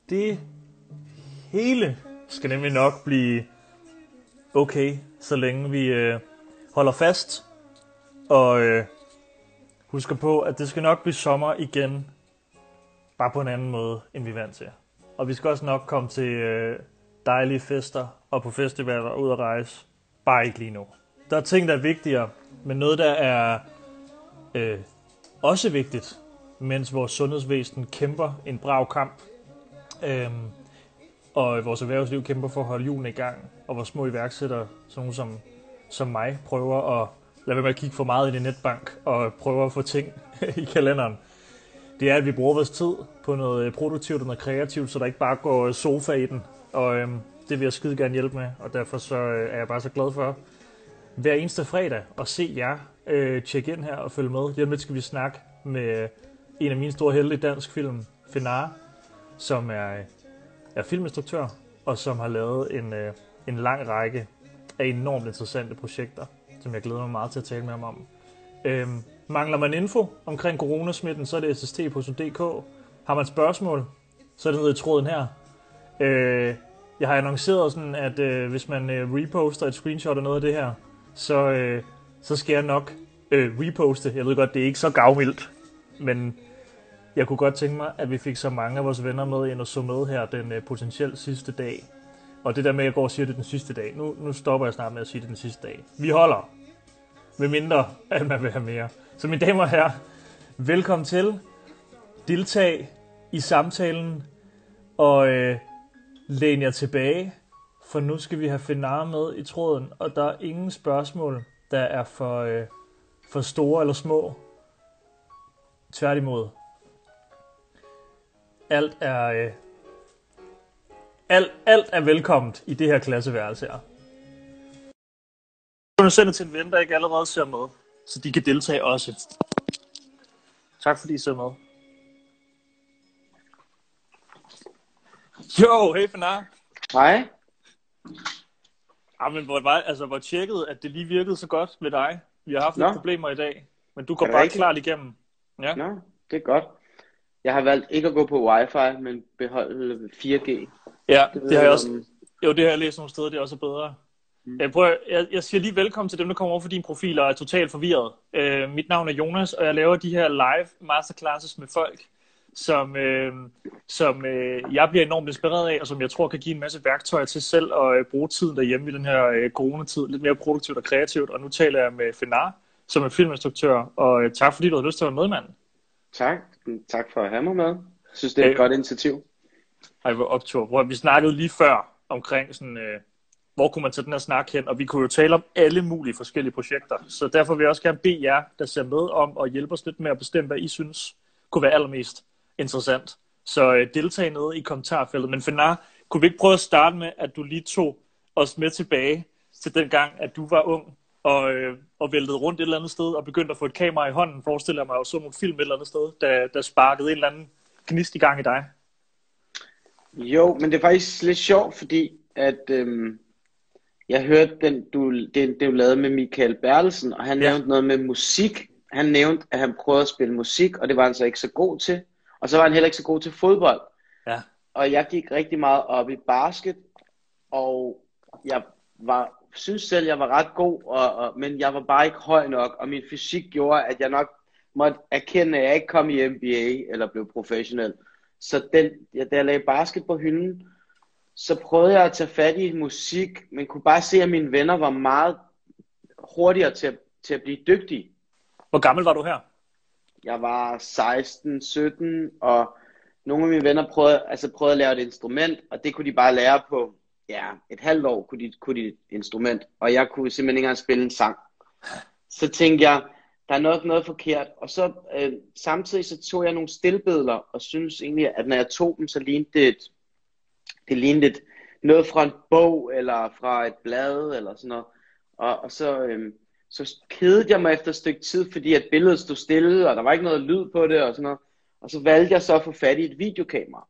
Det hele skal nemlig nok blive okay, så længe vi holder fast og husker på, at det skal nok blive sommer igen, bare på en anden måde, end vi er vant til. Og vi skal også nok komme til dejlige fester og på festivaler og ud at rejse, bare ikke lige nu. Der er ting, der er vigtigere, men noget, der er også vigtigt, mens vores sundhedsvæsen kæmper en brav kamp, og vores erhvervsliv kæmper for at holde hjulene i gang, og vores små iværksættere, sådan som mig, prøver at lade være med at kigge for meget i det netbank, og prøver at få ting i kalenderen. Det er, at vi bruger vores tid på noget produktivt og noget kreativt, så der ikke bare går sofa i den, og det vil jeg skide gerne hjælpe med, og derfor så er jeg bare så glad for hver eneste fredag at se jer tjekke ind her og følge med. Lige om lidt skal vi snakke med en af mine store helte i dansk film, Fenar, som er filminstruktør, og som har lavet en lang række af enormt interessante projekter, som jeg glæder mig meget til at tale med ham om. Mangler man info omkring coronasmitten, så er det sst.dk. Har man spørgsmål, så er det nede i tråden her. Jeg har annonceret sådan, at hvis man reposter et screenshot af noget af det her, så skal jeg nok reposte. Jeg ved godt, det er ikke så gavmildt, men jeg kunne godt tænke mig, at vi fik så mange af vores venner med ind og så med her den potentielt sidste dag. Og det der med, at jeg går og siger, det den sidste dag. Nu stopper jeg snart med at sige, det den sidste dag. Vi holder. Med mindre, at man vil have mere. Så mine damer og herrer, velkommen til. Deltag i samtalen. Og læn jer tilbage. For nu skal vi have Fenar med i tråden. Og der er ingen spørgsmål, der er for store eller små. Tværtimod. Alt er velkomment i det her klasseværelse her. Jeg vil sende til en ven, der ikke allerede ser med, så de kan deltage også. Tak fordi I ser med. Jo, hey Fenar. Hej. Men hvor tjekket, at det lige virkede så godt med dig. Vi har haft lidt problemer i dag, men du går bare rigtigt? klart igennem. Ja. Nå, det er godt. Jeg har valgt ikke at gå på wifi, men beholde 4G. Ja, det har jeg også. Jo, det har jeg læst nogle steder, det er også bedre. Jeg siger lige velkommen til dem, der kommer over for din profil og er totalt forvirret. Mit navn er Jonas, og jeg laver de her live masterclasses med folk, som jeg bliver enormt inspireret af, og som jeg tror kan give en masse værktøjer til selv at bruge tiden derhjemme i den her coronatid, lidt mere produktivt og kreativt. Og nu taler jeg med Fenar, som er filminstruktør, og tak fordi du har lyst til at være med, mand. Tak for at have mig med. Jeg synes, det er et godt initiativ. Ej, hvor optur. Hvor vi snakkede lige før omkring sådan, hvor kunne man tage den her snak hen, og vi kunne jo tale om alle mulige forskellige projekter. Så derfor vil jeg også gerne bede jer, der ser med, om at hjælpe os lidt med at bestemme, hvad I synes kunne være allermest interessant. Så deltag nede i kommentarfeltet. Men Fenar, kunne vi ikke prøve at starte med, at du lige tog os med tilbage til den gang, at du var ung, og væltede rundt et eller andet sted, og begyndte at få et kamera i hånden, forestiller jeg mig, og så nogle film et eller andet sted, der sparkede en eller anden gnist i gang i dig? Jo, men det er faktisk lidt sjovt, fordi at jeg hørte du lavede med Michael Bertelsen, og han nævnte noget med musik. Han nævnte, at han prøvede at spille musik, og det var han så ikke så god til. Og så var han heller ikke så god til fodbold. Ja. Og jeg gik rigtig meget op i basket, og jeg synes selv, jeg var ret god, men jeg var bare ikke høj nok, og min fysik gjorde, at jeg nok måtte erkende, at jeg ikke kom i NBA eller blev professionel. Så da jeg lagde basket på hylden, så prøvede jeg at tage fat i musik, men kunne bare se, at mine venner var meget hurtigere til at blive dygtige. Hvor gammel var du her? Jeg var 16, 17, og nogle af mine venner prøvede at lære et instrument, og det kunne de bare lære på et halvt år, kunne de et instrument, og jeg kunne simpelthen ikke engang spille en sang. Så tænkte jeg, der er noget forkert, og så samtidig så tog jeg nogle stillbilleder, og synes egentlig, at når jeg tog dem, så lignede det lignede noget fra en bog, eller fra et blad, eller sådan noget, og så kedede jeg mig efter et stykke tid, fordi at billedet stod stille, og der var ikke noget lyd på det, og sådan noget, og så valgte jeg så at få fat i et videokamera,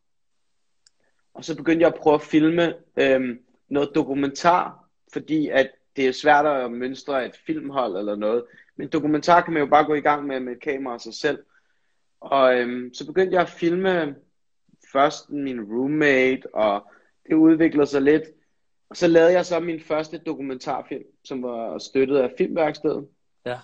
og så begyndte jeg at prøve at filme noget dokumentar, fordi at det er svært at mønstre et filmhold eller noget, men dokumentar kan man jo bare gå i gang med et kamera og sig selv. Og så begyndte jeg at filme først min roommate, og det udviklede sig lidt. Og så lavede jeg så min første dokumentarfilm, som var støttet af Filmværkstedet. Ja.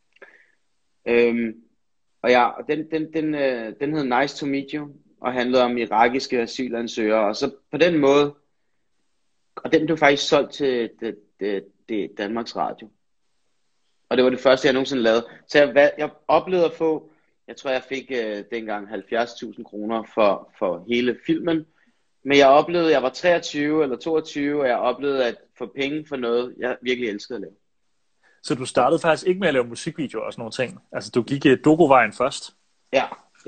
Og ja, den hed Nice to Meet You, og handlede om irakiske asylansøgere. Og så på den måde, og den blev faktisk solgt til det Danmarks Radio. Og det var det første, jeg nogensinde lavede. Så jeg oplevede at få, jeg tror jeg fik dengang 70.000 kroner for hele filmen. Men jeg oplevede, jeg var 23 eller 22, og jeg oplevede at få penge for noget, jeg virkelig elskede at lave. Så du startede faktisk ikke med at lave musikvideoer og sådan nogle ting? Altså du gik doku-vejen først? Ja,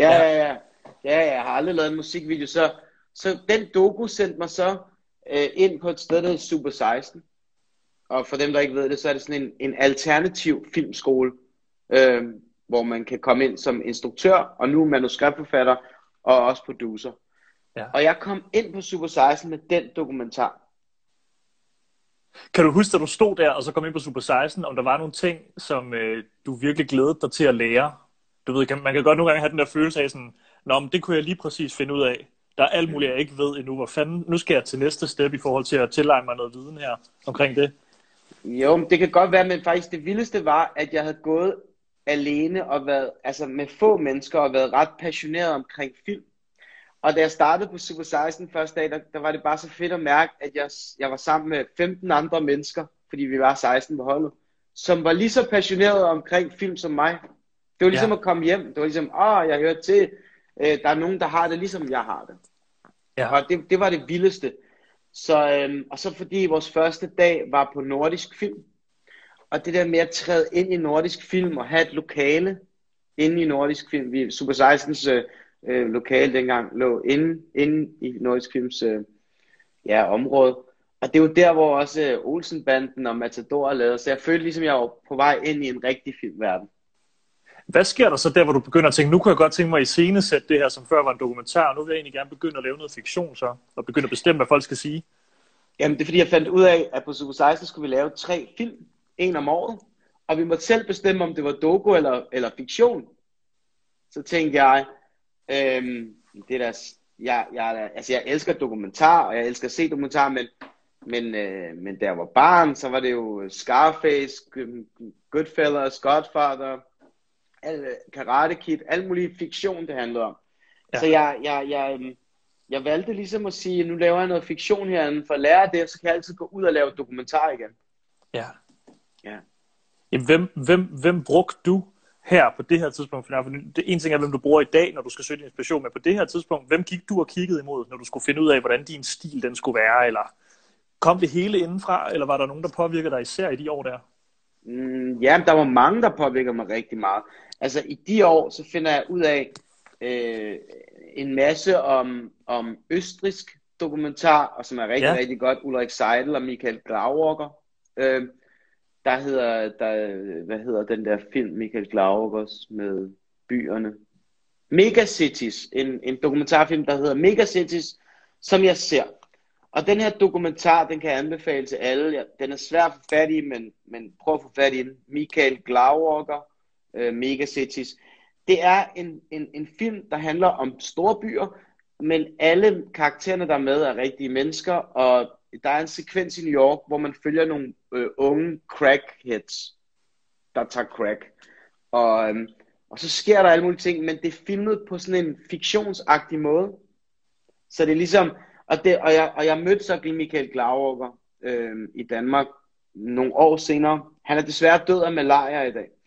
jeg har aldrig lavet en musikvideo. Så den doku sendte mig så ind på et sted, der hedder Super 16. Og for dem, der ikke ved det, så er det sådan en alternativ filmskole, hvor man kan komme ind som instruktør, og nu manuskriptforfatter, og også producer. Ja. Og jeg kom ind på Super 16 med den dokumentar. Kan du huske, at du stod der, og så kom ind på Super 16, om der var nogle ting, som du virkelig glædede dig til at lære? Du ved, man kan godt nogle gange have den der følelse af sådan, nå, men det kunne jeg lige præcis finde ud af. Der er alt muligt, jeg ikke ved endnu. Hvor fanden, nu skal jeg til næste step i forhold til at tilegne mig noget viden her omkring det. Jo, det kan godt være, men faktisk det vildeste var, at jeg havde gået alene og været, altså med få mennesker, og været ret passioneret omkring film. Og da jeg startede på Super 16 første dag, der var det bare så fedt at mærke, at jeg var sammen med 15 andre mennesker, fordi vi var 16 på holdet, som var lige så passionerede omkring film som mig. Det var ligesom at komme hjem. Det var ligesom, jeg hørte til, der er nogen, der har det, ligesom jeg har det. Ja. Og det var det vildeste. Og så fordi vores første dag var på Nordisk Film, og det der med at træde ind i Nordisk Film og have et lokale inde i Nordisk Film, Super 16's lokale dengang lå inde i Nordisk Films område. Og det er jo der, hvor også Olsenbanden og Matador er lavet, så jeg følte ligesom, jeg var på vej ind i en rigtig filmverden. Hvad sker der så der, hvor du begynder at tænke, nu kunne jeg godt tænke mig at iscenesætte det her, som før var en dokumentar, og nu vil jeg egentlig gerne begynde at lave noget fiktion så, og begynde at bestemme, hvad folk skal sige? Jamen det er fordi, jeg fandt ud af, at på Super 16 skulle vi lave 3 film, en om året, og vi måtte selv bestemme, om det var doku eller fiktion. Så tænkte jeg, det der, jeg elsker dokumentar, og jeg elsker at se dokumentar, men da jeg var barn, så var det jo Scarface, Goodfellas, Godfather, Karate Kid, alt muligt fiktion, det handlede om. Ja. Så jeg valgte ligesom at sige, nu laver jeg noget fiktion herinde, for at lære det, så kan jeg altid gå ud og lave dokumentar igen. Ja. Jamen, hvem brugte du her på det her tidspunkt? For det ene ting er, hvem du bruger i dag, når du skal søge din inspiration, men på det her tidspunkt, hvem gik du og kiggede imod, når du skulle finde ud af, hvordan din stil den skulle være, eller kom det hele indenfra, eller var der nogen, der påvirkede dig især i de år der? Ja, der var mange, der påvirker mig rigtig meget. Altså i de år, så finder jeg ud af en masse om østrigsk dokumentar, og som er rigtig godt, Ulrik Seidel og Michael Glauwalker. Hvad hedder den der film, Michael Glauwalkers med byerne? Megacities, en dokumentarfilm, der hedder Megacities, som jeg ser. Og den her dokumentar, den kan jeg anbefale til alle. Den er svær at få fat i, men prøv at få fat i den. Michael Glauwalker, Megacities. Det er en film, der handler om store byer, men alle karaktererne, der er med, er rigtige mennesker, og der er en sekvens i New York, hvor man følger nogle unge crackheads, der tager crack. Og så sker der alle mulige ting, men det er filmet på sådan en fiktionsagtig måde. Så det er ligesom, og jeg mødte så Michael Glauwalker i Danmark nogle år senere. Han er desværre død af malaria i dag.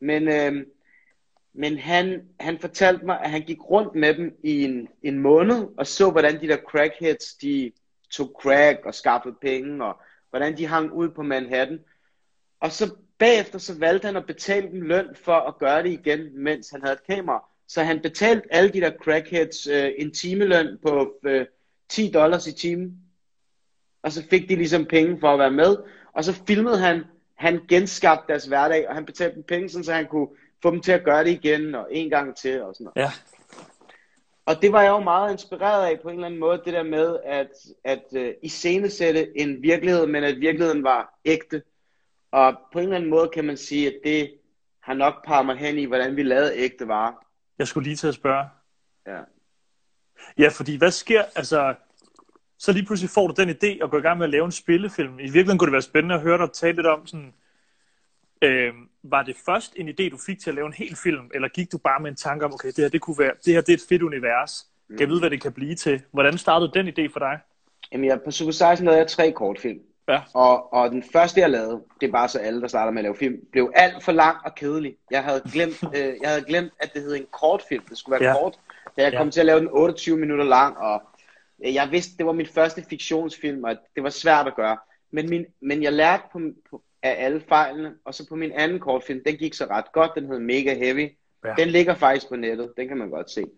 Men han fortalte mig, at han gik rundt med dem i en måned, og så hvordan de der crackheads, de tog crack og skaffede penge, og hvordan de hang ud på Manhattan. Og så bagefter så valgte han at betale dem løn for at gøre det igen, mens han havde et kamera. Så han betalte alle de der crackheads en timeløn på $10 i timen. Og så fik de ligesom penge for at være med. Og så filmede han genskabte deres hverdag, og han betalte dem penge, sådan, så han kunne få dem til at gøre det igen, og en gang til, og sådan noget. Ja. Og det var jeg jo meget inspireret af på en eller anden måde, det der med at iscenesætte en virkelighed, men at virkeligheden var ægte. Og på en eller anden måde kan man sige, at det har nok parret mig hen i, hvordan vi lavede ægte varer. Jeg skulle lige til at spørge. Ja. Ja, fordi hvad sker, altså, så lige pludselig får du den idé at gå i gang med at lave en spillefilm. I virkeligheden kunne det være spændende at høre dig tale lidt om sådan, var det først en idé, du fik til at lave en hel film, eller gik du bare med en tanke om, okay, det her, det kunne være, det her, det er et fedt univers. Kan jeg vide, hvad det kan blive til? Hvordan startede den idé for dig? Jamen, på Super 16 lavede jeg 3 kortfilm. Ja. Og den første, jeg lavede, det er bare så alle, der starter med at lave film, blev alt for lang og kedelig. Jeg havde glemt, at det hed en kortfilm. Det skulle være kort. Da jeg kom til at lave den 28 minutter lang, og jeg vidste, det var min første fiktionsfilm, og det var svært at gøre. Men jeg lærte af alle fejlene, og så på min anden kortfilm, den gik så ret godt, den hed Mega Heavy. Ja. Den ligger faktisk på nettet, den kan man godt se.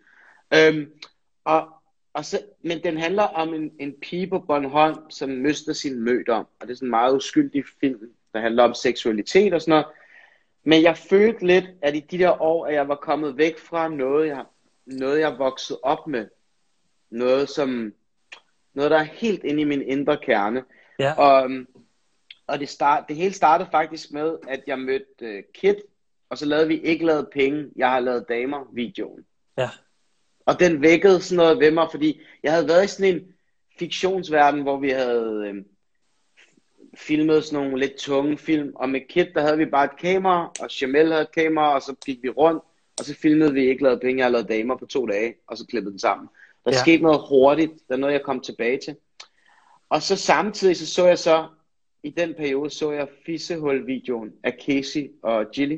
Men den handler om en pige på Bornholm, som mister sin mødom, og det er sådan en meget uskyldig film, der handler om seksualitet og sådan noget. Men jeg følte lidt, at i de der år, at jeg var kommet væk fra noget jeg voksede op med. Noget, der er helt inde i min indre kerne. Ja. Og det hele startede faktisk med, at jeg mødte Kid, og så lavede vi Ikke lavet penge, jeg har lavet damer videoen. Ja. Og den vækkede sådan noget ved mig, fordi jeg havde været i sådan en fiktionsverden, hvor vi havde filmet sådan nogle lidt tunge film. Og med Kid, der havde vi bare et kamera, og Jamel havde et kamera, og så gik vi rundt, og så filmede vi Ikke lavet penge, jeg har lavet damer på 2 dage, og så klippede den sammen. Der skete noget hurtigt, der er noget, jeg kom tilbage til. Og så samtidig, i den periode, så jeg Fissehul-videoen af Casey og Gilly.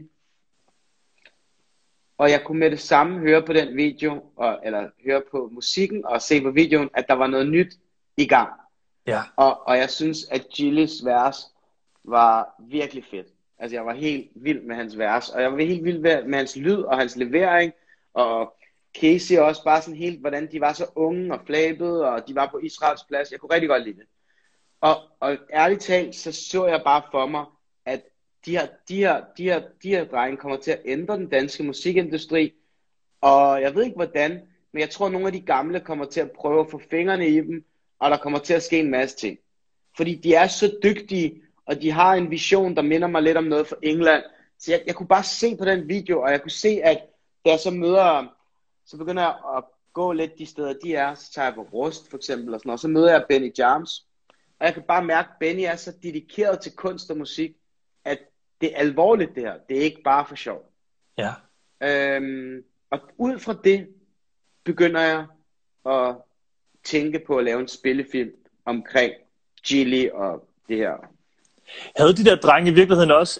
Og jeg kunne med det samme høre på den video, eller høre på musikken og se på videoen, at der var noget nyt i gang. Ja. Og jeg synes, at Gillys vers var virkelig fedt. Altså jeg var helt vild med hans vers, og jeg var helt vild med hans lyd og hans levering. Og Casey også bare sådan helt, hvordan de var så unge og flabede, og de var på Israels plads. Jeg kunne rigtig godt lide det. Og ærligt talt, så jeg bare for mig, at de her drenge kommer til at ændre den danske musikindustri. Og jeg ved ikke hvordan, men jeg tror, at nogle af de gamle kommer til at prøve at få fingrene i dem, og der kommer til at ske en masse ting. Fordi de er så dygtige, og de har en vision, der minder mig lidt om noget fra England. Så jeg kunne bare se på den video, og jeg kunne se, at da jeg så begynder jeg at gå lidt de steder, de er. Så tager jeg på Rust for eksempel, og sådan noget. Så møder jeg Benny Jams. Og jeg kan bare mærke, at Benny er så dedikeret til kunst og musik, at det er alvorligt det her. Det er ikke bare for sjov. Ja. Og ud fra det begynder jeg at tænke på at lave en spillefilm omkring Gilly og det her. Havde de der drenge i virkeligheden også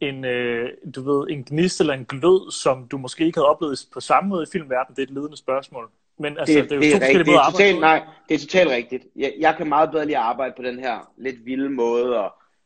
en gnist eller en glød, som du måske ikke havde oplevet på samme måde i filmverdenen? Det er et ledende spørgsmål. Men altså, det er jo to forskellige måder at arbejde på. Nej, det er totalt rigtigt. Jeg kan meget bedre lide at arbejde på den her lidt vilde måde.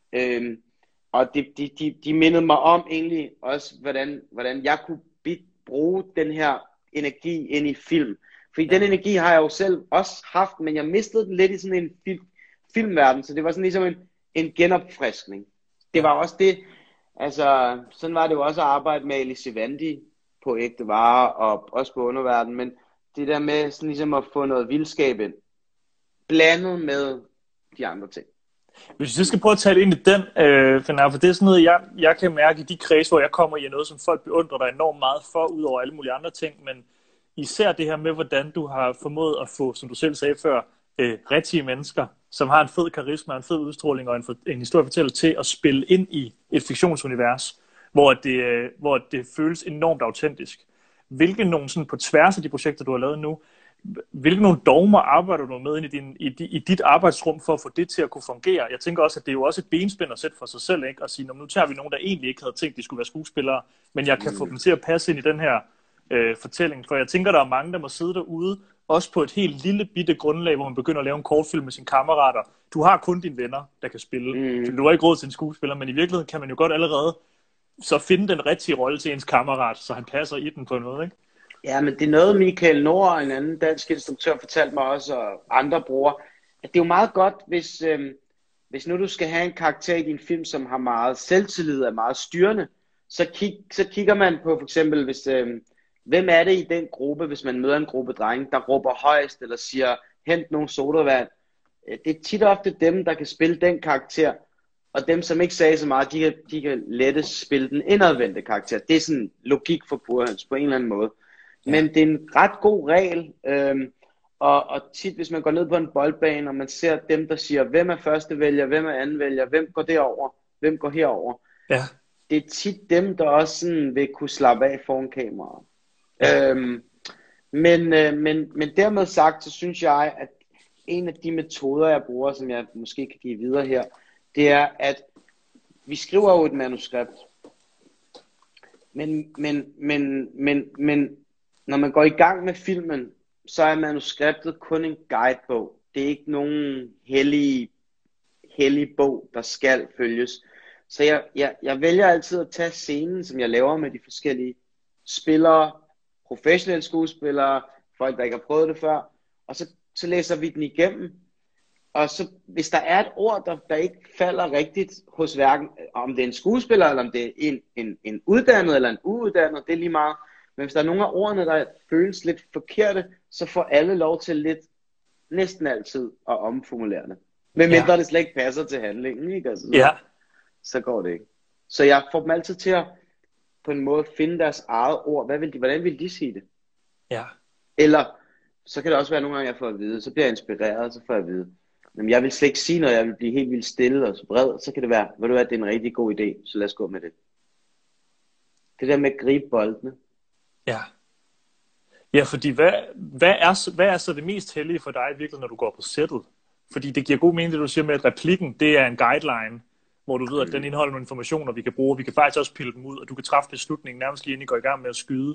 Og de mindede mig om egentlig også, hvordan jeg kunne bruge den her energi ind i film. Fordi den energi har jeg jo selv også haft, men jeg mistede den lidt i sådan en filmverden. Så det var sådan ligesom en genopfriskning. Det var også det, altså sådan var det jo også at arbejde med Elisabeth Vandi på Ægte Varer og også på Underverden, men det der med sådan ligesom at få noget vildskab ind, blandet med de andre ting. Hvis vi skal prøve at tale ind i den, for det er sådan noget, jeg kan mærke i de kreds, hvor jeg kommer i, er noget, som folk beundrer dig enormt meget for, ud over alle mulige andre ting, men især det her med, hvordan du har formået at få, som du selv sagde før, rigtige mennesker, som har en fed karisma, en fed udstråling og en historie fortæller til at spille ind i et fiktionsunivers, hvor det føles enormt autentisk. Hvilke nogle sådan på tværs af de projekter, du har lavet nu, hvilke nogle dogmer arbejder du med ind i dit arbejdsrum for at få det til at kunne fungere? Jeg tænker også, at det er jo også et benspænd at sætte for sig selv, ikke? Og sige, nu tager vi nogen, der egentlig ikke havde tænkt, de skulle være skuespillere, men jeg kan få dem til at passe ind i den her fortælling. For jeg tænker, der er mange, der må sidde derude, også på et helt lille bitte grundlag, hvor man begynder at lave en kortfilm med sine kammerater. Du har kun dine venner, der kan spille. Så du har ikke råd til en skuespiller, men i virkeligheden kan man jo godt allerede så finde den rigtige rolle til ens kammerat, så han passer i den på noget, ikke? Ja, men det er noget, Michael Nord, en anden dansk instruktør, fortalte mig også, og andre bruger, at det er jo meget godt, hvis nu du skal have en karakter i din film, som har meget selvtillid, er meget styrende, så kigger man på for eksempel, hvem er det i den gruppe, hvis man møder en gruppe drenge, der råber højst, eller siger, hent nogle sodavand. Det er tit ofte dem, der kan spille den karakter, og dem, som ikke sagde så meget, de kan lettest spille den indadvendte karakter. Det er sådan logik for Burhøns på en eller anden måde. Men det er en ret god regel, Og tit, hvis man går ned på en boldbane, og man ser dem, der siger, hvem er første vælger, hvem er anden vælger, hvem går derover, hvem går herover. Ja. Det er tit dem, der også sådan vil kunne slappe af foran kameraet. Ja. Men dermed sagt, så synes jeg, at en af de metoder, jeg bruger, som jeg måske kan give videre her, det er, at vi skriver jo et manuskript. Men når man går i gang med filmen, så er manuskriptet kun en guidebog. Det er ikke nogen hellig bog, der skal følges. Så jeg vælger altid at tage scenen, som jeg laver med de forskellige spillere, professionelle skuespillere, folk, der ikke har prøvet det før, og så læser vi den igennem. Og så, hvis der er et ord, der ikke falder rigtigt hos hverken, om det er en skuespiller, eller om det er en uddannet eller en uuddannet, det er lige meget. Men hvis der er nogle af ordene, der føles lidt forkerte, så får alle lov til lidt, næsten altid, at omformulere det. Men mindre det slet ikke passer til handlingen, ikke? Altså, så går det ikke. Så jeg får dem altid til at på en måde finde deres eget ord. Hvordan vil de sige det? Ja. Eller, så kan det også være nogle gange, jeg får at vide, så bliver jeg inspireret, så får jeg at vide, men jeg vil slet ikke sige noget, jeg vil blive helt vildt stille og så bred, så kan det være, ved du hvad, det er en rigtig god idé, så lad os gå med det. Det der med at gribe boldene. Ja. Ja, fordi hvad er så det mest heldige for dig virkelig, når du går på sættet? Fordi det giver god mening, det du siger med, at replikken, det er en guideline, hvor du ved, at den indeholder nogle informationer, vi kan bruge. Vi kan faktisk også pille dem ud, og du kan træffe beslutningen nærmest lige inden I går i gang med at skyde.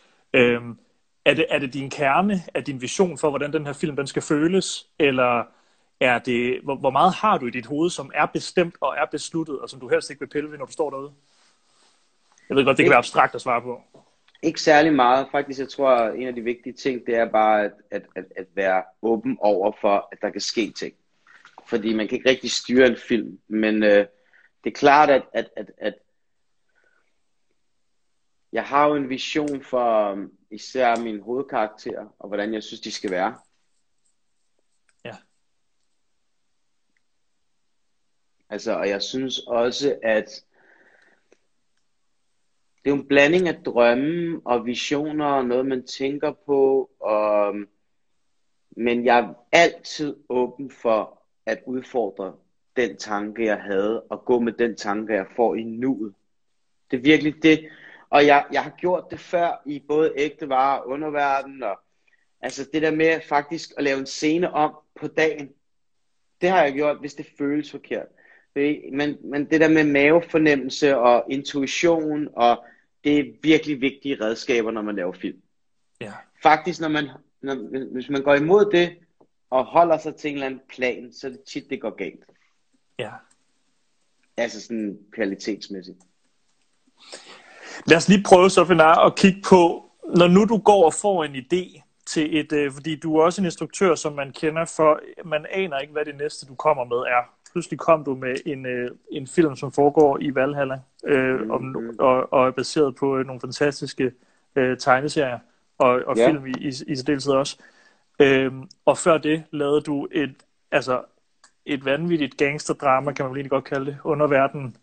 Er det din kerne, er din vision for, hvordan den her film den skal føles? Eller er det, hvor meget har du i dit hoved, som er bestemt og er besluttet, og som du helst ikke vil pille ved, når du står derude? Jeg ved godt, det kan være abstrakt at svare på. Ikke særlig meget. Faktisk, jeg tror, at en af de vigtige ting, det er bare at være åben over for, at der kan ske ting. Fordi man kan ikke rigtig styre en film. Men det er klart, at jeg har jo en vision for især mine hovedkarakterer, og hvordan jeg synes, de skal være. Ja. Altså, og jeg synes også, at det er jo en blanding af drømme og visioner og noget, man tænker på. Men jeg er altid åben for at udfordre den tanke, jeg havde, og gå med den tanke, jeg får i nuet. Det er virkelig det. Og jeg har gjort det før i både ægte varer og underverden. Og, altså det der med faktisk at lave en scene om på dagen, det har jeg gjort, hvis det føles forkert. Men det der med mavefornemmelse og intuition, og det er virkelig vigtige redskaber, når man laver film. Ja. Faktisk, hvis man går imod det, og holder sig til en eller anden plan, så er det tit, det går galt. Ja. Altså sådan kvalitetsmæssigt. Lad os lige prøve så, Fenar, at kigge på, når nu du går og får en idé til et, fordi du er også en instruktør, som man kender for, man aner ikke, hvad det næste, du kommer med er. Pludselig kom du med en film, som foregår i Valhalla, og er baseret på nogle fantastiske tegneserier, og film i særdeleshed også. Og før det lavede du et vanvittigt gangsterdrama, kan man vel egentlig godt kalde det, Underverden.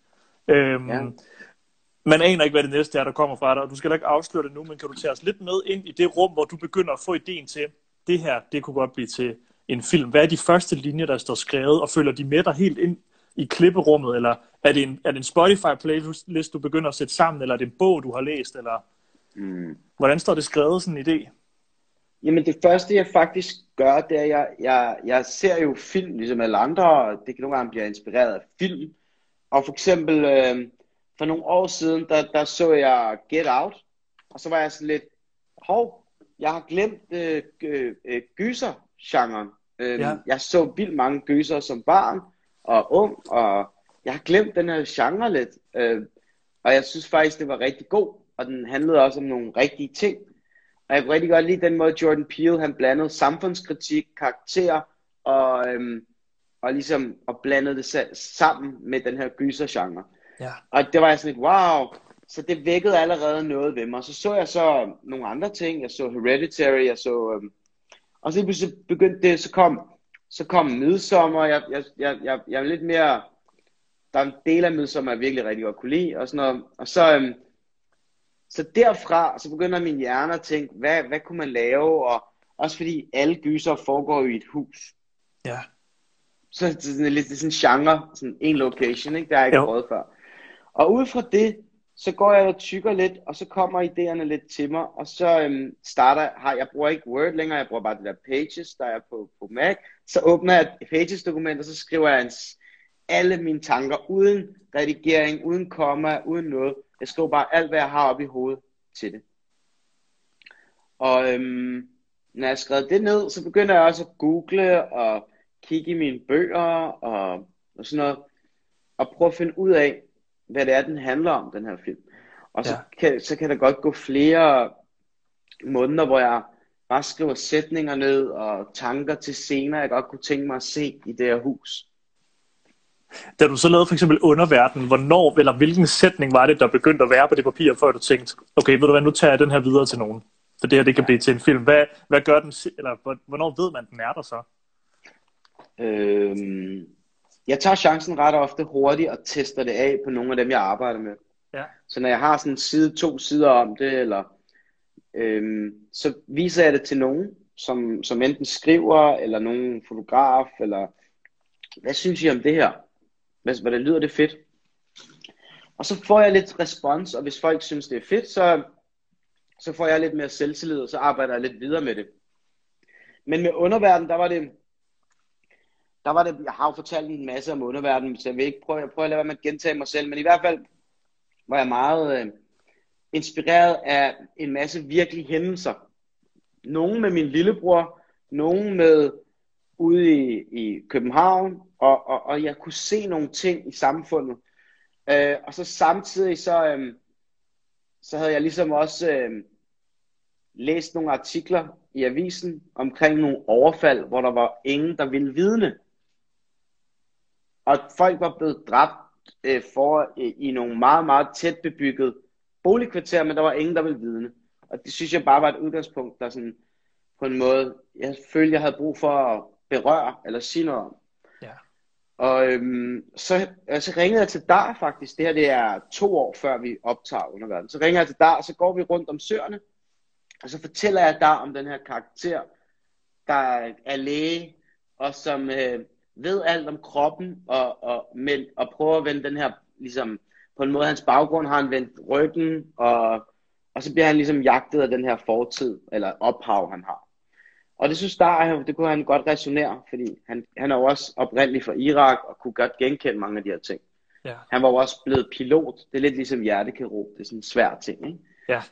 Man aner ikke, hvad det næste er, der kommer fra dig, og du skal ikke afsløre det nu, men kan du tage os lidt med ind i det rum, hvor du begynder at få ideen til, det her, det kunne godt blive til en film. Hvad er de første linjer, der står skrevet, og følger de med dig helt ind i klipperummet, eller er det en Spotify-playlist, du begynder at sætte sammen, eller er det en bog, du har læst, eller hvordan står det skrevet, sådan en idé? Jamen det første, jeg faktisk gør, det er, jeg ser jo film, ligesom alle andre, og det kan nogle gange blive inspireret af film. Og for eksempel, for nogle år siden, der så jeg Get Out, og så var jeg sådan lidt, jeg har glemt gyser-genren. Jeg så vildt mange gyser som barn og ung, og jeg har glemt den her genre lidt. Og jeg synes faktisk, det var rigtig god, og den handlede også om nogle rigtige ting. Og jeg kunne rigtig godt lide den måde, Jordan Peele, han blandede samfundskritik, karakter, og ligesom og blandede det sammen med den her gyser-genre. Ja. Og det var jeg sådan lidt, wow, så det vækkede allerede noget ved mig. Så jeg så nogle andre ting, jeg så Hereditary, jeg så, og så begyndte det, så kom Midsommar, jeg er lidt mere, der er en del af Midsommar, jeg virkelig rigtig godt kunne lide, og sådan noget, og så derfra, så begynder min hjerne at tænke, hvad kunne man lave, Også fordi alle gyser foregår jo i et hus. Ja. Så det er sådan en genre, sådan en location, ikke? Det har jeg ikke Jo. prøvet før. Og ud fra det, så går jeg og tykker lidt, og så kommer idéerne lidt til mig, og så jeg bruger ikke Word længere, jeg bruger bare det der Pages, der er på Mac. Så åbner jeg et Pages-dokument, og så skriver jeg alle mine tanker, uden redigering, uden komma, uden noget. Jeg skriver bare alt, hvad jeg har oppe i hovedet til det. Og når jeg har skrevet det ned, så begynder jeg også at google og kigge i mine bøger og sådan noget, og prøve at finde ud af, hvad det er, den handler om, den her film. Og så kan der godt gå flere måneder, hvor jeg bare skriver sætninger ned og tanker til scener, jeg godt kunne tænke mig at se i det her hus. Da du så lavede for eksempel Underverden, hvornår eller hvilken sætning var det, der begyndte at være på det papir, før du tænkte, okay, ved du hvad, nu tager jeg den her videre til nogen, for det her det kan blive til en film. Hvad gør den, eller hvornår ved man, den er der så? Jeg tager chancen ret ofte hurtigt og tester det af på nogle af dem, jeg arbejder med. Ja. Så når jeg har sådan to sider om det, eller så viser jeg det til nogen, som enten skriver, eller nogen fotograf, eller hvad synes I om det her? Hvad det lyder det fedt? Og så får jeg lidt respons, og hvis folk synes det er fedt, så får jeg lidt mere selvtillid, og så arbejder jeg lidt videre med det. Men med Underverden, der var det, jeg har jo fortalt en masse om Underverden, så jeg vil ikke prøve at lade være med at gentage mig selv, men i hvert fald var jeg meget inspireret af en masse virkelige hændelser. Nogle med min lillebror, nogle med ude i København, og jeg kunne se nogle ting i samfundet. Og så samtidig så havde jeg ligesom også læst nogle artikler i avisen omkring nogle overfald, hvor der var ingen, der ville vidne. Og folk var blevet dræbt i nogle meget, meget tæt bebygget boligkvarter, men der var ingen, der ville vidne. Og det synes jeg bare var et udgangspunkt, der sådan på en måde, jeg følte, jeg havde brug for at berøre eller sige noget om. Ja. Og så ringede jeg til Dar faktisk. Det her det er 2 år før vi optager Underverden. Så ringer jeg til Dar, og så går vi rundt om søerne. Og så fortæller jeg Dar om den her karakter, der er læge, og som ved alt om kroppen, og prøver at vende den her, ligesom på en måde hans baggrund har han vendt ryggen, og så bliver han ligesom jagtet af den her fortid, eller ophav han har. Og det synes det kunne han godt resonere, fordi han er jo også oprindelig fra Irak, og kunne godt genkende mange af de her ting. Ja. Han var jo også blevet pilot, det er lidt ligesom hjertekirurg, det er sådan en svær ting, ikke?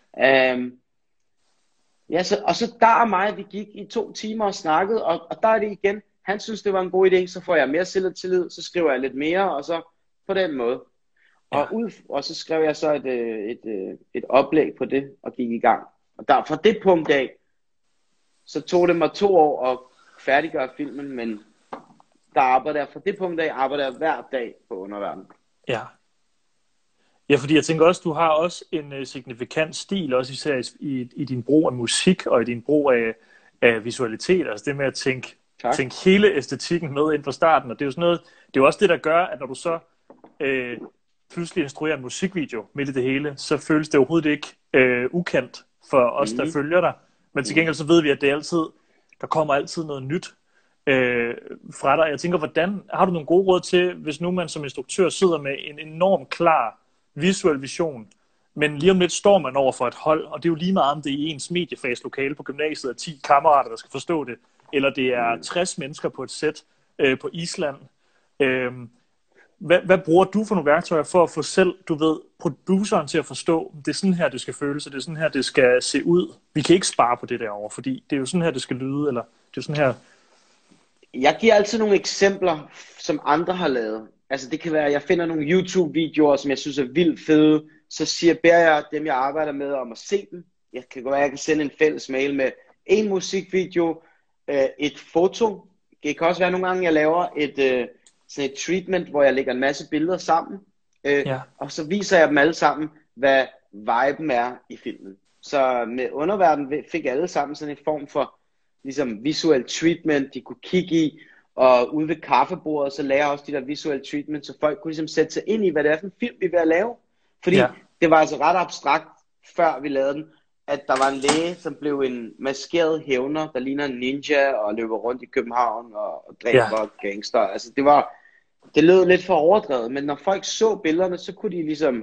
Ja. Så der og mig, vi gik i 2 timer og snakkede, og der er det igen, han synes det var en god idé, så får jeg mere selvtillid, så skriver jeg lidt mere, og så på den måde. Ja. Og så skrev jeg så et oplæg på det, og gik i gang. Og der, fra det punkt af, så tog det mig 2 år at færdiggøre filmen, men fra det punkt af arbejder jeg hver dag på Underverden. Ja. Ja, fordi jeg tænker også, du har også en signifikant stil, også især i din brug af musik, og i din brug af visualitet, altså det med at tænke hele æstetikken med ind fra starten, og det er jo sådan noget, det er jo også det, der gør, at når du så pludselig instruerer en musikvideo midt i det hele, så føles det overhovedet ikke ukendt for os, der følger dig. Men til gengæld så ved vi, at der kommer altid noget nyt fra dig. Jeg tænker, hvordan har du nogle gode råd til, hvis nu man som instruktør sidder med en enorm klar visuel vision, men lige om lidt står man over for et hold, og det er jo lige meget, om det er i ens mediefaglokale på gymnasiet, er 10 kammerater, der skal forstå det, eller det er 60 mennesker på et sæt på Island. Hvad bruger du for nogle værktøjer for at få selv, produceren til at forstå, det er sådan her, det skal føles, og det er sådan her, det skal se ud. Vi kan ikke spare på det derovre, fordi det er jo sådan her, det skal lyde, eller det er jo sådan her. Jeg giver altid nogle eksempler, som andre har lavet. Altså det kan være, at jeg finder nogle YouTube-videoer, som jeg synes er vildt fede, så beder jeg dem, jeg arbejder med, om at se dem. Jeg kan sende en fælles mail med en musikvideo, et foto. Det kan også være nogle gange, jeg laver sådan et treatment, hvor jeg lægger en masse billeder sammen, og så viser jeg dem alle sammen, hvad viben er i filmen. Så med Underverden fik alle sammen sådan en form for ligesom visuel treatment, de kunne kigge i, og ude ved kaffebordet, så lagde jeg også de der visuelle treatment, så folk kunne ligesom sætte sig ind i, hvad det er for en film, vi er ved at lave. Fordi det var altså ret abstrakt, før vi lavede den. at der var en læge, som blev en maskeret hævner, der ligner en ninja og løber rundt i København og Ja, dræber gangster. Altså det lød lidt for overdrevet, men når folk så billederne, så kunne de ligesom,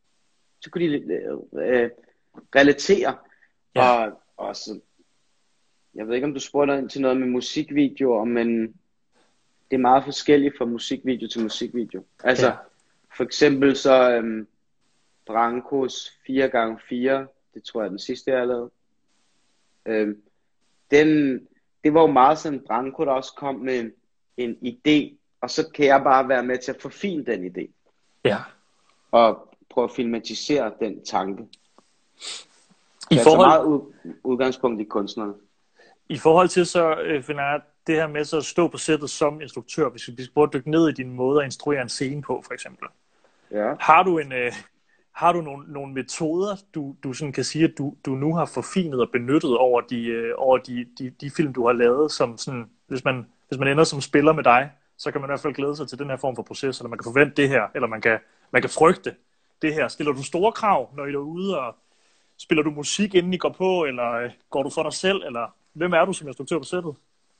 relatere. ja, Og så, jeg ved ikke, om du spurgte ind til noget med musikvideoer, men det er meget forskelligt fra musikvideo til musikvideo. Altså, ja, for eksempel så Brancos 4x4, det tror jeg er den sidste, jeg har lavet. Det var jo meget sådan, Branco der også kom med en idé, og så kan jeg bare være med til at forfine den idé, ja. og prøve at filmatisere den tanke. I Det er altså forhold, meget udgangspunkt i kunstnerne. I forhold til så, Fernand, det her med så at stå på sættet som instruktør, hvis vi skal prøve at dykke ned i din måde at instruere en scene på, for eksempel. Ja. Har du nogle metoder, du sådan kan sige, at du nu har forfinet og benyttet over de film, du har lavet, som sådan, hvis man ender som spiller med dig, så kan man i hvert fald glæde sig til den her form for proces, eller man kan forvente det her, eller man kan frygte det her. Stiller du store krav, når I er ude, og spiller du musik, inden I går på, eller går du for dig selv, eller hvem er du som instruktør på sættet?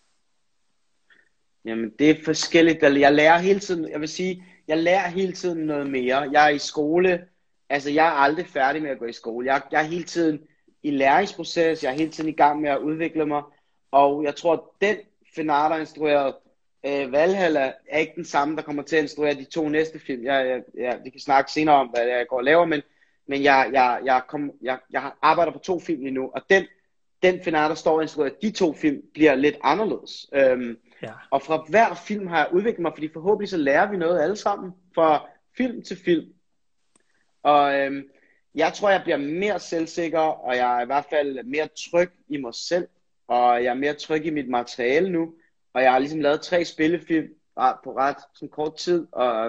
Jamen, det er forskelligt. Jeg lærer hele tiden, jeg vil sige, jeg lærer hele tiden noget mere. Jeg er i skole, altså jeg er aldrig færdig med at gå i skole. Jeg er hele tiden i læringsproces, jeg er hele tiden i gang med at udvikle mig, og jeg tror, at den Fernand, der instruerede Valhalla, er ikke den samme, der kommer til at instruere de 2 næste film. Vi kan snakke senere om, hvad jeg går og laver, men jeg arbejder på 2 film lige nu, og den Fernand, der står og instruerer de 2 film, bliver lidt anderledes. Ja, Og fra hver film har jeg udviklet mig, fordi forhåbentlig så lærer vi noget alle sammen, fra film til film. Og jeg tror, jeg bliver mere selvsikker, og jeg er i hvert fald mere tryg i mig selv, og jeg er mere tryg i mit materiale nu. Og jeg har ligesom lavet 3 spillefilm på ret sådan kort tid, og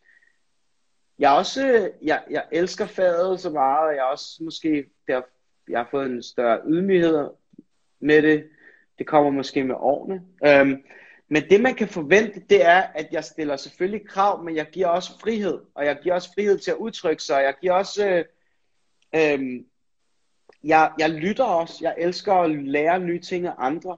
jeg elsker faget så meget, og jeg er også måske, jeg har fået en større ydmyghed med det. Det kommer måske med årene. Men det man kan forvente, det er, at jeg stiller selvfølgelig krav, men jeg giver også frihed. Og jeg giver også frihed til at udtrykke sig. Jeg giver også... jeg lytter også. Jeg elsker at lære nye ting af andre.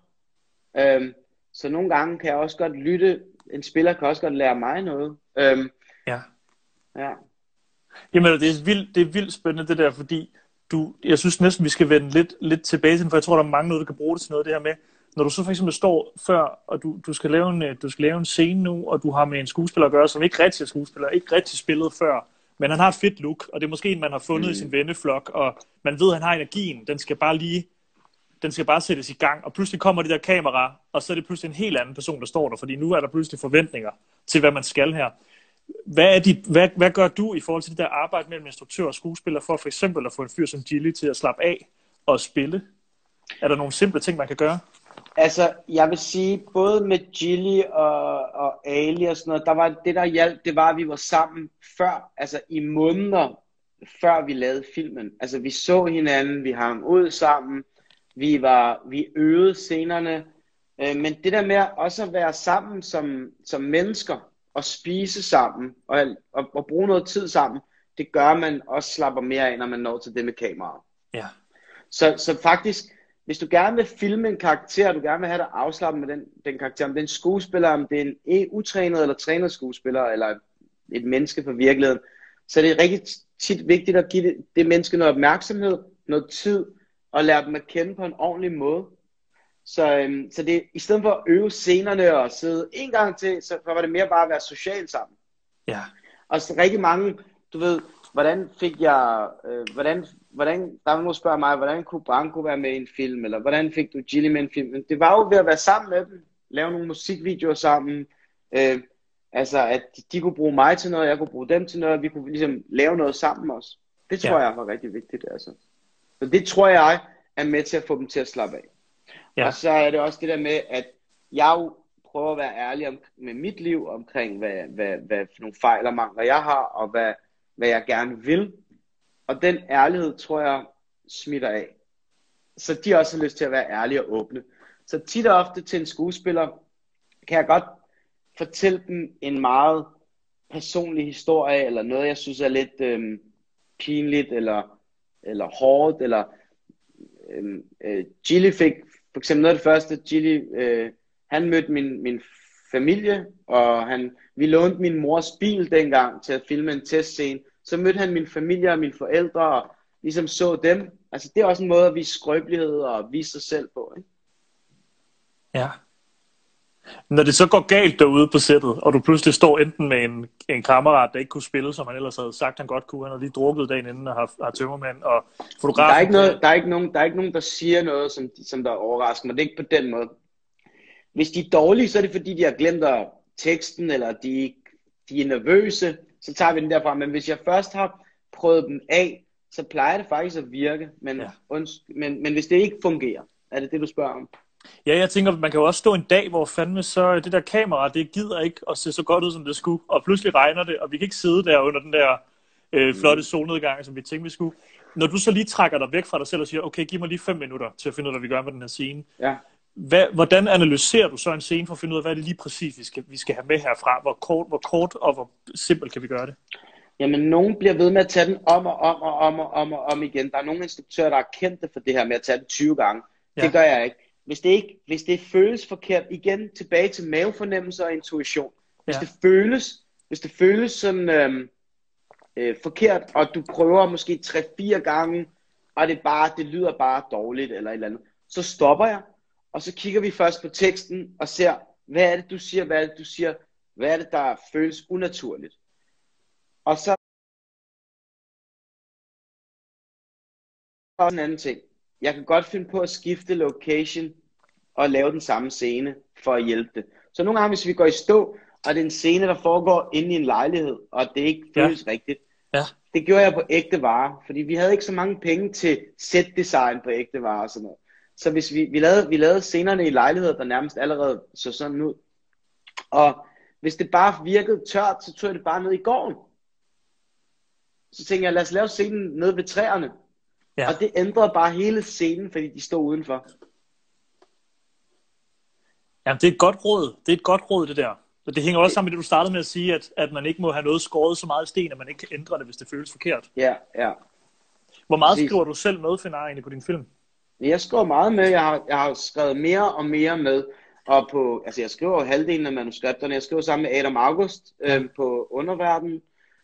Så nogle gange kan jeg også godt lytte. En spiller kan også godt lære mig noget. ja. Ja. Jamen, det er vildt spændende det der, fordi jeg synes næsten, vi skal vende lidt tilbage til, for jeg tror, der er mange noget, du kan bruge det til noget, det her med, når du så for eksempel står før, og du skal lave en scene nu, og du har med en skuespiller at gøre, som ikke rigtig er skuespiller, ikke rigtig spillet før, men han har et fedt look, og det er måske en, man har fundet i sin venneflok, og man ved, at han har energien, den skal bare sættes i gang, og pludselig kommer det der kamera, og så er det pludselig en helt anden person, der står der, fordi nu er der pludselig forventninger til, hvad man skal her. Hvad gør du i forhold til det der arbejde mellem instruktør og skuespiller, for eksempel at få en fyr som Gilly til at slappe af og spille? Er der nogle simple ting, man kan gøre? Altså, jeg vil sige, både med Gilly og Ali og sådan noget, der var det, der hjalp, det var, at vi var sammen før, altså i måneder før vi lavede filmen. Altså, vi så hinanden, vi hang ud sammen, vi øvede scenerne, men det der med også at være sammen som mennesker, og spise sammen, og bruge noget tid sammen, det gør, at man også slapper mere af, når man når til det med kameraet. Ja. Så faktisk, hvis du gerne vil filme en karakter, du gerne vil have dig afslappet med den karakter, om det er en skuespiller, om det er en utrænet eller trænet skuespiller, eller et menneske for virkeligheden, så er det rigtig tit vigtigt at give det menneske noget opmærksomhed, noget tid, og lære dem at kende på en ordentlig måde. Så det i stedet for at øve scenerne og sidde en gang til, så var det mere bare at være social sammen. Ja. Og så rigtig mange, du ved, hvordan fik jeg, der vil nogen spørge mig, hvordan kunne Branco være med i en film, eller hvordan fik du Gilly med i en film? Men det var jo ved at være sammen med dem, lave nogle musikvideoer sammen, altså at de kunne bruge mig til noget, jeg kunne bruge dem til noget, vi kunne ligesom lave noget sammen også. Det tror jeg var rigtig vigtigt, altså. Så det tror jeg er med til at få dem til at slappe af. Ja. Og så er det også det der med, at jeg jo prøver at være ærlig med mit liv omkring, hvad for nogle fejl og mangler jeg har, og hvad jeg gerne vil. Og den ærlighed, tror jeg, smitter af. Så de også har lyst til at være ærlige og åbne. Så tit og ofte til en skuespiller, kan jeg godt fortælle dem en meget personlig historie, eller noget, jeg synes er lidt pinligt, eller hårdt, eller Gilly fik, for eksempel noget af det første, Gilly, han mødte min familie, og vi lånte min mors bil dengang til at filme en testscene. Så mødte han min familie og mine forældre, og ligesom så dem. Altså det er også en måde at vise skrøbelighed og vise sig selv på, ikke? Ja. Når det så går galt derude på sættet, og du pludselig står enten med en kammerat, der ikke kunne spille, som han ellers havde sagt, han godt kunne, han havde lige drukket dagen inden og har tømmermand og fotografen. Der er ikke nogen, der siger noget, som der overrasker mig. Det er ikke på den måde. Hvis de er dårlige, så er det fordi, de har glemt teksten, eller de er nervøse, så tager vi den derfra. Men hvis jeg først har prøvet dem af, så plejer det faktisk at virke. Men hvis det ikke fungerer, er det du spørger om? Ja, jeg tænker, man kan jo også stå en dag, hvor fandme så det der kamera, det gider ikke at se så godt ud, som det skulle. Og pludselig regner det, og vi kan ikke sidde der under den der flotte solnedgang, som vi tænkte, vi skulle. Når du så lige trækker dig væk fra dig selv og siger, okay, giv mig lige 5 minutter til at finde ud af, hvad vi gør med den her scene. Ja. Hvordan analyserer du så en scene for at finde ud af, hvad er det lige præcis, vi skal have med herfra? Hvor kort og hvor simpelt kan vi gøre det? Jamen, nogen bliver ved med at tage den om igen. Der er nogle instruktører, der er kendte for det her med at tage den 20 gange. Ja. Det gør jeg ikke. Hvis det føles forkert, igen tilbage til mavefornemmelse og intuition. Hvis det føles sådan forkert, og du prøver måske 3-4 gange, og det lyder bare dårligt eller et eller andet, så stopper jeg, og så kigger vi først på teksten og ser, hvad er det du siger, hvad er det der føles unaturligt. Og så en anden ting. Jeg kan godt finde på at skifte location og lave den samme scene for at hjælpe det. Så nogle gange, hvis vi går i stå, og det er en scene, der foregår inde i en lejlighed, og det ikke føles rigtigt. Ja. Det gjorde jeg på ægte varer, fordi vi havde ikke så mange penge til set-design på ægte varer og sådan noget. Så hvis vi lavede scenerne i lejligheder, der nærmest allerede så sådan ud. Og hvis det bare virkede tørt, så tog jeg det bare ned i gården. Så tænkte jeg, lad os lave scenen nede ved træerne. Ja. Og det ændrede bare hele scenen, fordi de stod udenfor. Jamen, det er et godt råd. Det er et godt råd, det der. Det hænger også sammen med det, du startede med at sige, at man ikke må have noget skåret så meget i sten, at man ikke kan ændre det, hvis det føles forkert. Ja. Hvor meget skriver du selv med, Finn, egentlig på din film? Jeg skriver meget med. Jeg har skrevet mere og mere med. Og jeg skriver jo halvdelen af manuskripterne. Jeg skriver sammen med Adam August på Underverden.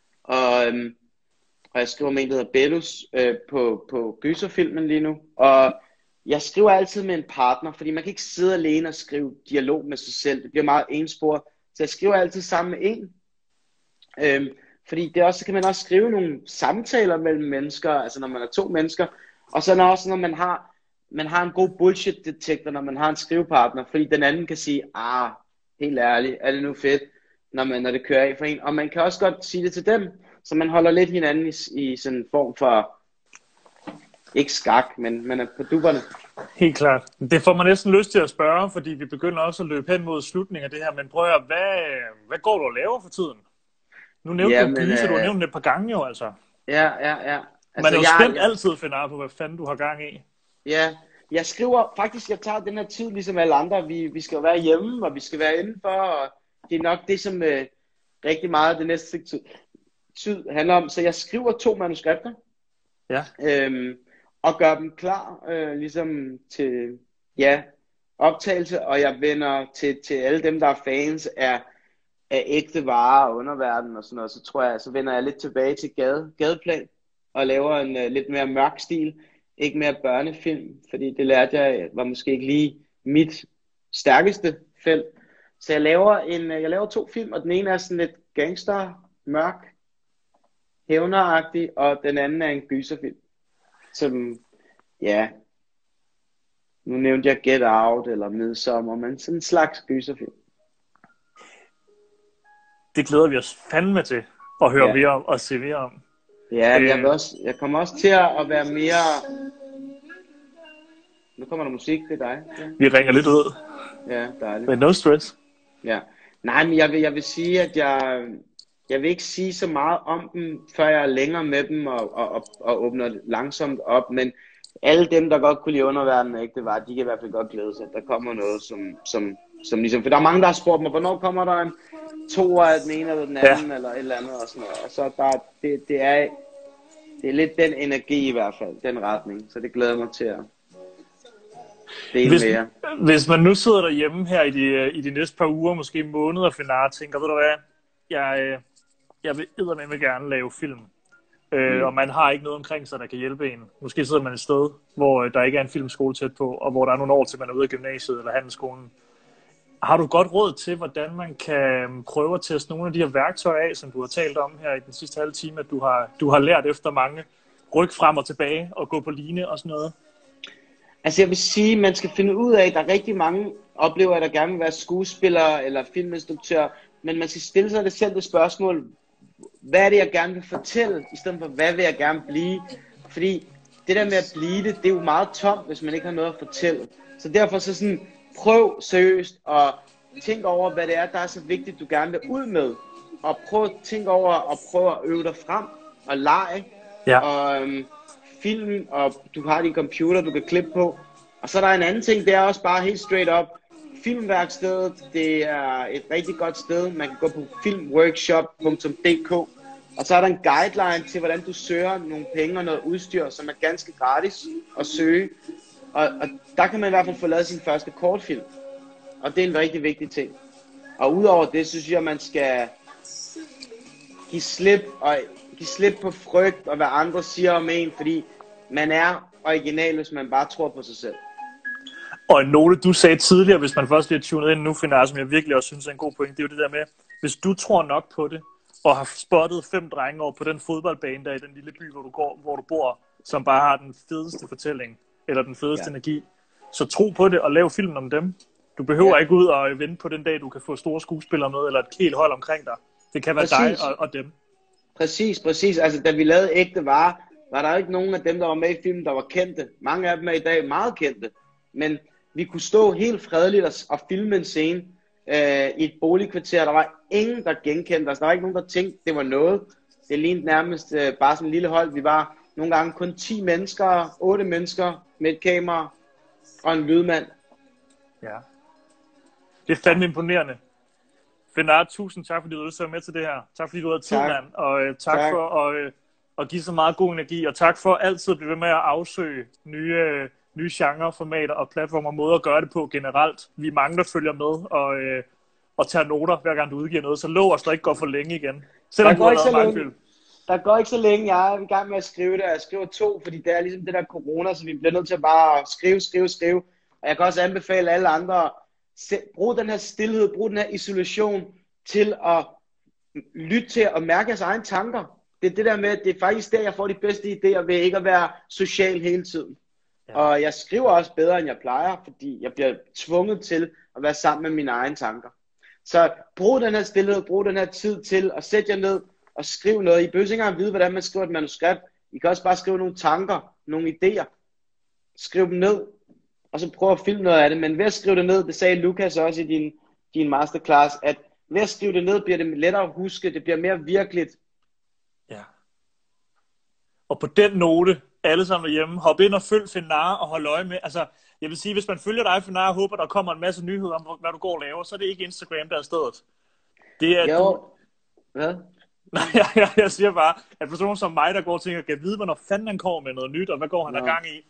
Og jeg skriver med en, der hedder Bellus på gyserfilmen lige nu. Og jeg skriver altid med en partner, fordi man kan ikke sidde alene og skrive dialog med sig selv. Det bliver meget ensporet. Så jeg skriver altid sammen med en. Fordi så kan man også skrive nogle samtaler mellem mennesker, altså når man er 2 mennesker. Og så også når man har en god bullshit detektor, når man har en skrivepartner. Fordi den anden kan sige, helt ærligt, er det nu fedt, når det kører af for en. Og man kan også godt sige det til dem, så man holder lidt hinanden i sådan en form for, ikke skak, men man er på dupperne. Helt klart. Det får mig næsten lyst til at spørge, fordi vi begynder også at løbe hen mod slutningen af det her. Men prøv at høre, hvad går du og laver for tiden? Nu nævnte du gyser, du har nævnt det et par gange jo altså. Ja. Altså, man er jo spændt altid, finder på, hvad fanden du har gang i. Ja, jeg skriver faktisk, jeg tager den her tid ligesom alle andre. Vi skal jo være hjemme, og vi skal være indenfor, og det er nok det, som rigtig meget det næste tid handler om. Så jeg skriver 2 manuskripter. Ja. Og gør dem klar ligesom til optagelse, og jeg vender til alle dem, der er fans af ægte varer og Underverden og sådan noget, så tror jeg, så vender jeg lidt tilbage til gadeplan og laver en lidt mere mørk stil, ikke mere børnefilm, fordi det lærte jeg var måske ikke lige mit stærkeste felt. Så jeg laver 2 film, og den ene er sådan lidt gangster, mørk, hævneragtig, og den anden er en gyserfilm. Som, nu nævnte jeg Get Out eller Midsommar, men sådan en slags gyserfilm. Det glæder vi os fandme til at høre mere om og se mere om. Ja, jeg kommer også til at være mere. Nu kommer der musik til dig. Ja. Vi ringer lidt ud. Ja, dejligt. Men no stress. Ja. Nej, men jeg vil sige, at jeg vil ikke sige så meget om dem, før jeg er længere med dem og åbner langsomt op. Men alle dem, der godt kunne lide Underverden, ikke det var, de kan i hvert fald godt glæde sig. Der kommer noget, som ligesom. For der er mange, der har spurgt mig, hvornår kommer der en 2 af den ene eller den anden, eller et eller andet og sådan noget. Og så det er lidt den energi i hvert fald, den retning. Så det glæder mig til at dele med jer. Hvis man nu sidder derhjemme her i de næste par uger, måske måneder, finder og tænker, ved du hvad, jeg vil eddermame gerne lave film. Og man har ikke noget omkring sig, der kan hjælpe en. Måske sidder man et sted, hvor der ikke er en filmskole tæt på, og hvor der er nogle år til, man er ude af gymnasiet eller handelsskolen. Har du godt råd til, hvordan man kan prøve at teste nogle af de her værktøjer af, som du har talt om her i den sidste halve time, at du har lært efter mange ryk frem og tilbage og gå på line og sådan noget? Altså jeg vil sige, man skal finde ud af, at der er rigtig mange oplever, at der gerne vil være skuespillere eller filminstruktør, men man skal stille sig selv det spørgsmål, hvad er det, jeg gerne vil fortælle, i stedet for, hvad vil jeg gerne blive? Fordi det der med at blive det er jo meget tomt, hvis man ikke har noget at fortælle. Så derfor så sådan, prøv seriøst og tænk over, hvad det er, der er så vigtigt, du gerne vil ud med. Og prøv at tænke over og prøv at øve dig frem og lege. Ja. Og film, og du har din computer, du kan klippe på. Og så er der en anden ting, det er også bare helt straight up. Filmværkstedet, det er et rigtig godt sted. Man kan gå på filmworkshop.dk. Og så er der en guideline til, hvordan du søger nogle penge og noget udstyr, som er ganske gratis at søge. Og der kan man i hvert fald få lavet sin første kortfilm. Og det er en rigtig vigtig ting. Og udover det, så synes jeg, at man skal give slip på frygt og hvad andre siger om en, fordi man er original, hvis man bare tror på sig selv. Og en note, du sagde tidligere, hvis man først bliver tunet ind nu, finder som jeg virkelig også synes er en god point, det er jo det der med, hvis du tror nok på det, og har spottet 5 drenge over på den fodboldbane der i den lille by, hvor du bor, som bare har den fedeste fortælling, eller den fedeste energi, så tro på det og lav film om dem. Du behøver ikke ud og vente på den dag, du kan få store skuespillere med, eller et helt hold omkring dig. Det kan være dig og dem. Præcis. Altså, da vi lavede Ægte Vare, var der ikke nogen af dem, der var med i filmen, der var kendte. Mange af dem er i dag meget kendte. Men vi kunne stå helt fredeligt og filme en scene i et boligkvarter. Der var ingen, der genkendte os. Der var ikke nogen, der tænkte, det var noget. Det lignede nærmest bare sådan en lille hold. Vi var nogle gange kun 10 mennesker, 8 mennesker med et kamera og en lydmand. Ja. Det er fandme imponerende. Fenard, tusind tak, fordi du ville være med til det her. Tak, fordi du havde tid, mand. Og tak for at give så meget god energi. Og tak for altid at blive ved med at afsøge nye genre, formater og platformer og måder at gøre det på generelt. Vi er mange, der følger med og tager noter, hver gang du udgiver noget. Så lov os, der ikke går for længe igen. Selvom du har lavet mange film. Der går ikke så længe. Jeg er i gang med at skrive det. Jeg skriver 2, fordi det er ligesom det der corona, så vi bliver nødt til at bare skrive. Og jeg kan også anbefale alle andre, brug den her stilhed, brug den her isolation til at lytte til og mærke jeres egne tanker. Det er det der med, at det er faktisk der, jeg får de bedste idéer ved ikke at være social hele tiden. Ja. Og jeg skriver også bedre, end jeg plejer, fordi jeg bliver tvunget til at være sammen med mine egne tanker. Så brug den her stilhed, brug den her tid til at sætte jer ned og skrive noget. I behøver ikke engang vide, hvordan man skriver et manuskript. I kan også bare skrive nogle tanker, nogle idéer. Skriv dem ned, og så prøv at filme noget af det. Men ved at skrive det ned, det sagde Lukas også i din masterclass, at ved at skrive det ned, bliver det lettere at huske, det bliver mere virkeligt. Ja. Og på den note, alle sammen derhjemme, hop ind og følg Fenard og hold øje med. Altså, jeg vil sige, hvis man følger dig, Fenard, og håber, der kommer en masse nyheder om, hvad du går og laver, så er det ikke Instagram, der er stedet. Det er Hvad? Nej, jeg siger bare, at personer som mig, der går og tænker, kan vide, hvornår fanden han kommer med noget nyt, og hvad går han der gang i,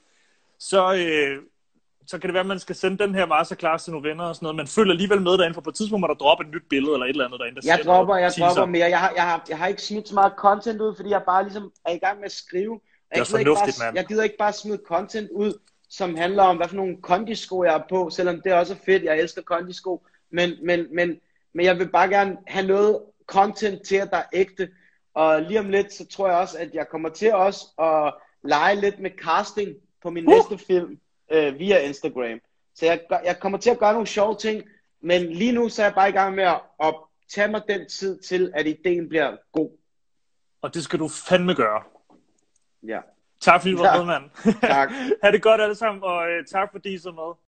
så kan det være, at man skal sende den her masterclass til nogle venner og sådan noget. Man følger alligevel med derinde, for på et tidspunkt må der droppe et nyt billede eller et eller andet derinde. Jeg dropper mere. Jeg har ikke smidt så meget content ud, fordi jeg bare ligesom er i gang med at skrive. Jeg gider ikke bare smide content ud, som handler om, hvad for nogle kondisko jeg er på, selvom det også er fedt. Jeg elsker kondisko. Men jeg vil bare gerne have noget content til, at der er ægte. Og lige om lidt, så tror jeg også, at jeg kommer til også at lege lidt med casting på min næste film via Instagram. Så jeg kommer til at gøre nogle sjove ting, men lige nu så er jeg bare i gang med at tage mig den tid til, at ideen bliver god. Og det skal du fandme gøre. Ja. Tak fordi du var med, mand. Tak. Ha' det godt alle sammen, og tak fordi I så med.